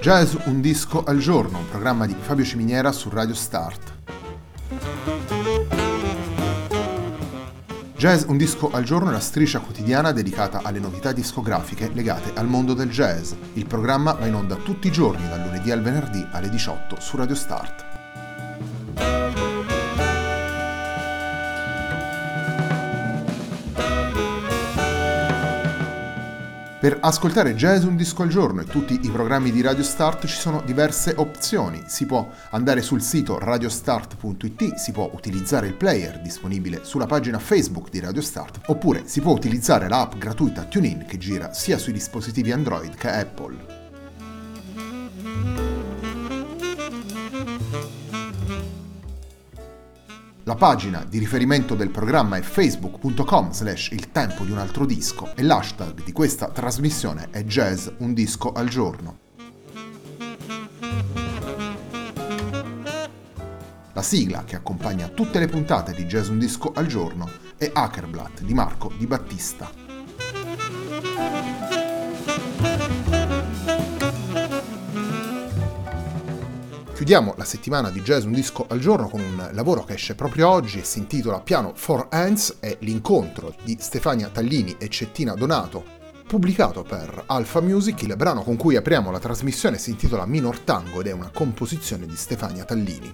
Jazz un disco al giorno, un programma di Fabio Ciminiera su Radio Start. Jazz un disco al giorno è la striscia quotidiana dedicata alle novità discografiche legate al mondo del jazz. Il programma va in onda tutti i giorni, dal lunedì al venerdì alle 18 su Radio Start. Per ascoltare Jazz un disco al giorno e tutti i programmi di Radio Start ci sono diverse opzioni. Si può andare sul sito radiostart.it, si può utilizzare il player disponibile sulla pagina Facebook di Radio Start, oppure si può utilizzare l'app gratuita TuneIn che gira sia sui dispositivi Android che Apple. La pagina di riferimento del programma è facebook.com/il tempo di un altro disco e l'hashtag di questa trasmissione è Jazz un disco al giorno. La sigla che accompagna tutte le puntate di Jazz un disco al giorno è Hackerblatt di Marco Di Battista. Chiudiamo la settimana di Jazz un disco al giorno con un lavoro che esce proprio oggi e si intitola Piano for Hands, è l'incontro di Stefania Tallini e Cettina Donato, pubblicato per Alpha Music. Il brano con cui apriamo la trasmissione si intitola Minor Tango ed è una composizione di Stefania Tallini.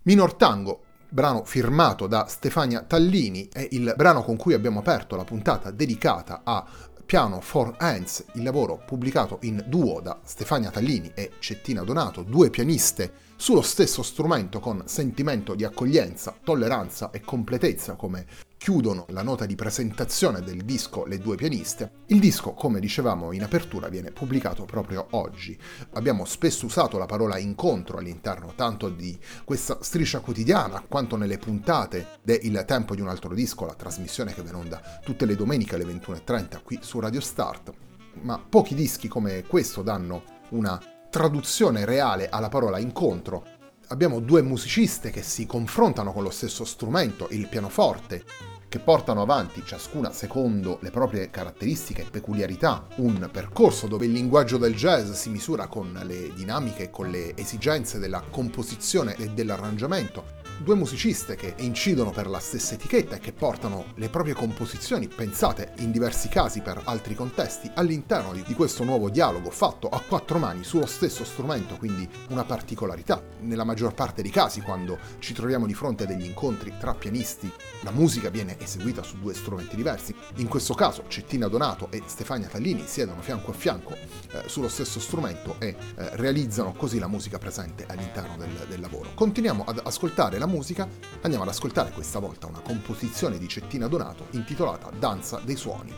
Minor Tango, brano firmato da Stefania Tallini, è il brano con cui abbiamo aperto la puntata dedicata a Piano for Hands, il lavoro pubblicato in duo da Stefania Tallini e Cettina Donato, due pianiste sullo stesso strumento con sentimento di accoglienza, tolleranza e completezza, come chiudono la nota di presentazione del disco le due pianiste. Il disco, come dicevamo in apertura, viene pubblicato proprio oggi. Abbiamo spesso usato la parola incontro all'interno tanto di questa striscia quotidiana quanto nelle puntate de Il tempo di un altro disco, la trasmissione che va in onda tutte le domeniche alle 21:30 qui su Radio Start. Ma pochi dischi come questo danno una traduzione reale alla parola incontro. Abbiamo due musiciste che si confrontano con lo stesso strumento, il pianoforte, che portano avanti, ciascuna secondo le proprie caratteristiche e peculiarità, un percorso dove il linguaggio del jazz si misura con le dinamiche e con le esigenze della composizione e dell'arrangiamento. Due musiciste che incidono per la stessa etichetta e che portano le proprie composizioni, pensate in diversi casi per altri contesti, all'interno di questo nuovo dialogo fatto a quattro mani sullo stesso strumento, quindi una particolarità. Nella maggior parte dei casi, quando ci troviamo di fronte a degli incontri tra pianisti, la musica viene eseguita su due strumenti diversi. In questo caso Cettina Donato e Stefania Tallini siedono fianco a fianco sullo stesso strumento e realizzano così la musica presente all'interno del lavoro. Continuiamo ad ascoltare la musica, andiamo ad ascoltare questa volta una composizione di Cettina Donato intitolata Danza dei suoni.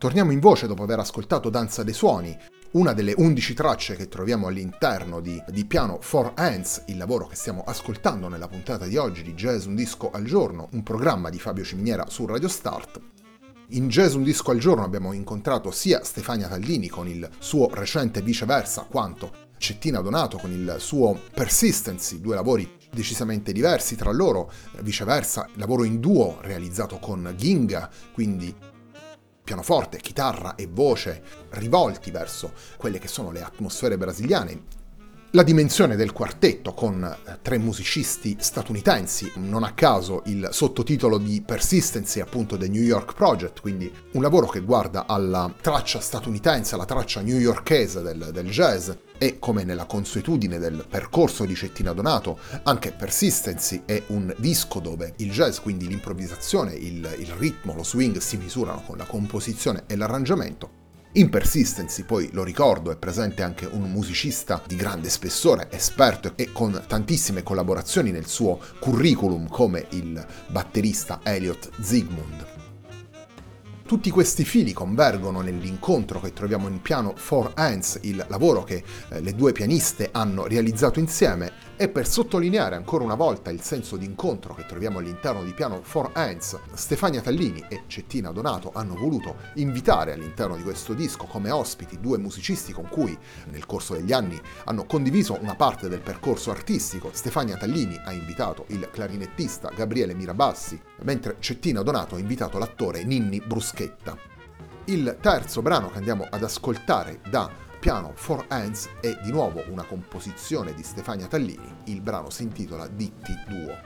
Torniamo in voce dopo aver ascoltato Danza dei Suoni, una delle 11 tracce che troviamo all'interno di Piano for Hands, il lavoro che stiamo ascoltando nella puntata di oggi di Jazz Un Disco al Giorno, un programma di Fabio Ciminiera su Radio Start. In Jazz Un Disco al Giorno abbiamo incontrato sia Stefania Tallini con il suo recente Viceversa, quanto Cettina Donato con il suo Persistency, due lavori decisamente diversi tra loro. Viceversa, lavoro in duo realizzato con Ginga, quindi pianoforte, chitarra e voce rivolti verso quelle che sono le atmosfere brasiliane. La dimensione del quartetto con 3 musicisti statunitensi, non a caso il sottotitolo di Persistency è appunto The New York Project, quindi un lavoro che guarda alla traccia statunitense, alla traccia newyorkese del jazz, e come nella consuetudine del percorso di Cettina Donato, anche Persistency è un disco dove il jazz, quindi l'improvvisazione, il ritmo, lo swing si misurano con la composizione e l'arrangiamento. In Persistency, poi lo ricordo, è presente anche un musicista di grande spessore, esperto e con tantissime collaborazioni nel suo curriculum come il batterista Elliot Zygmunt. Tutti questi fili convergono nell'incontro che troviamo in Piano for Hands, il lavoro che le due pianiste hanno realizzato insieme, e per sottolineare ancora una volta il senso di incontro che troviamo all'interno di Piano for Hands, Stefania Tallini e Cettina Donato hanno voluto invitare all'interno di questo disco come ospiti 2 musicisti con cui nel corso degli anni hanno condiviso una parte del percorso artistico. Stefania Tallini ha invitato il clarinettista Gabriele Mirabassi, mentre Cettina Donato ha invitato l'attore Ninni Bruschetta. Il terzo brano che andiamo ad ascoltare da Piano for Hands è di nuovo una composizione di Stefania Tallini, il brano si intitola Ditti Duo.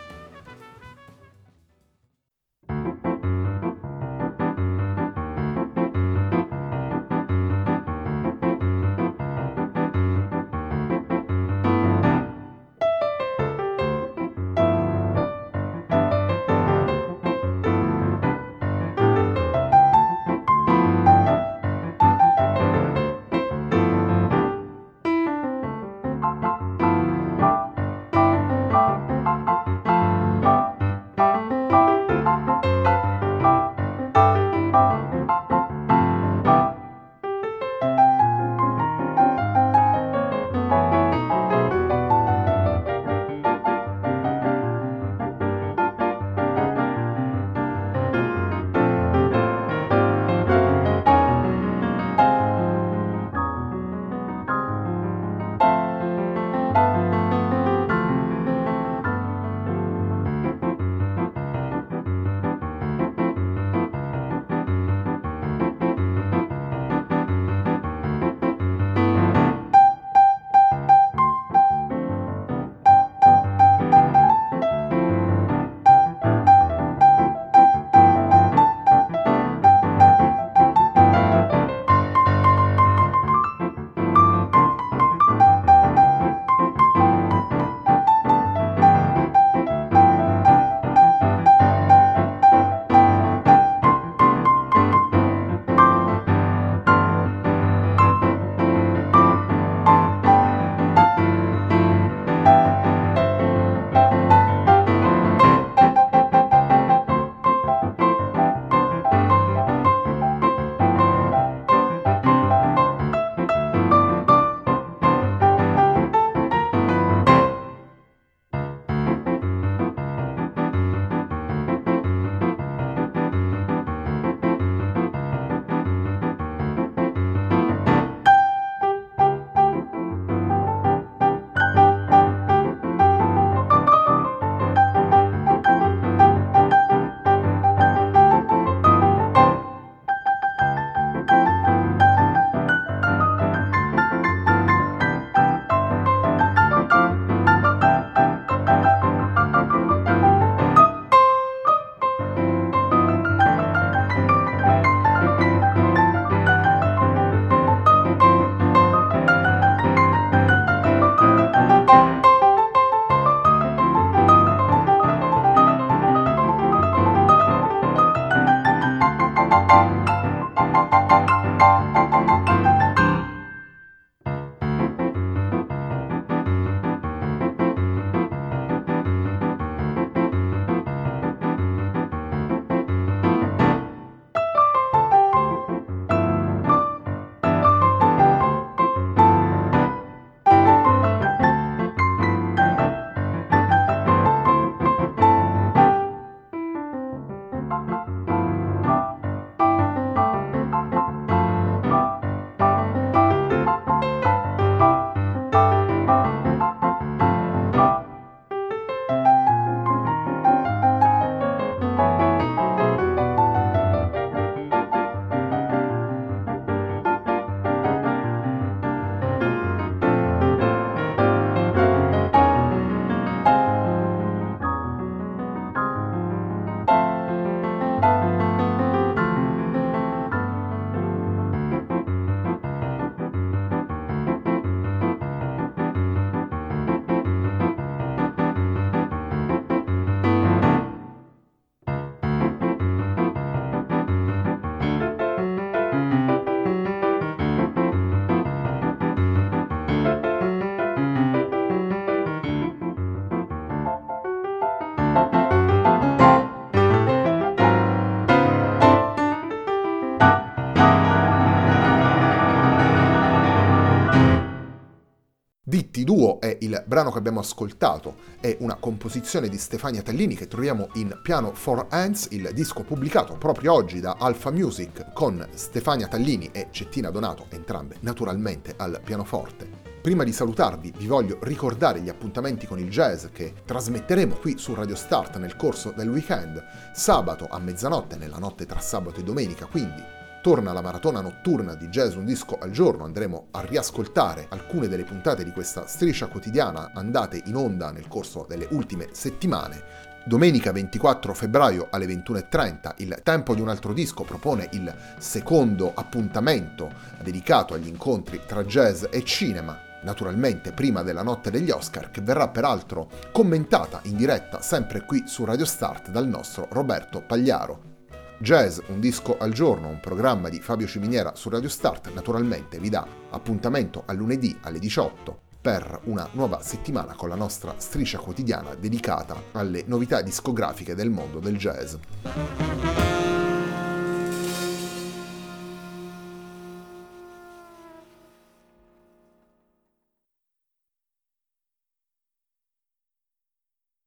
Il brano che abbiamo ascoltato è una composizione di Stefania Tallini che troviamo in Piano for Hands, il disco pubblicato proprio oggi da Alpha Music con Stefania Tallini e Cettina Donato, entrambe naturalmente al pianoforte. Prima di salutarvi vi voglio ricordare gli appuntamenti con il jazz che trasmetteremo qui su Radio Start nel corso del weekend. Sabato a mezzanotte, nella notte tra sabato e domenica, quindi torna la maratona notturna di Jazz Un Disco al Giorno. Andremo a riascoltare alcune delle puntate di questa striscia quotidiana andate in onda nel corso delle ultime settimane. Domenica 24 febbraio alle 21:30 il Tempo di un altro disco propone il secondo appuntamento dedicato agli incontri tra jazz e cinema, naturalmente prima della notte degli Oscar, che verrà peraltro commentata in diretta sempre qui su Radio Start dal nostro Roberto Pagliaro. Jazz Un Disco al Giorno, un programma di Fabio Ciminiera su Radio Start, naturalmente vi dà appuntamento a lunedì alle 18 per una nuova settimana con la nostra striscia quotidiana dedicata alle novità discografiche del mondo del jazz.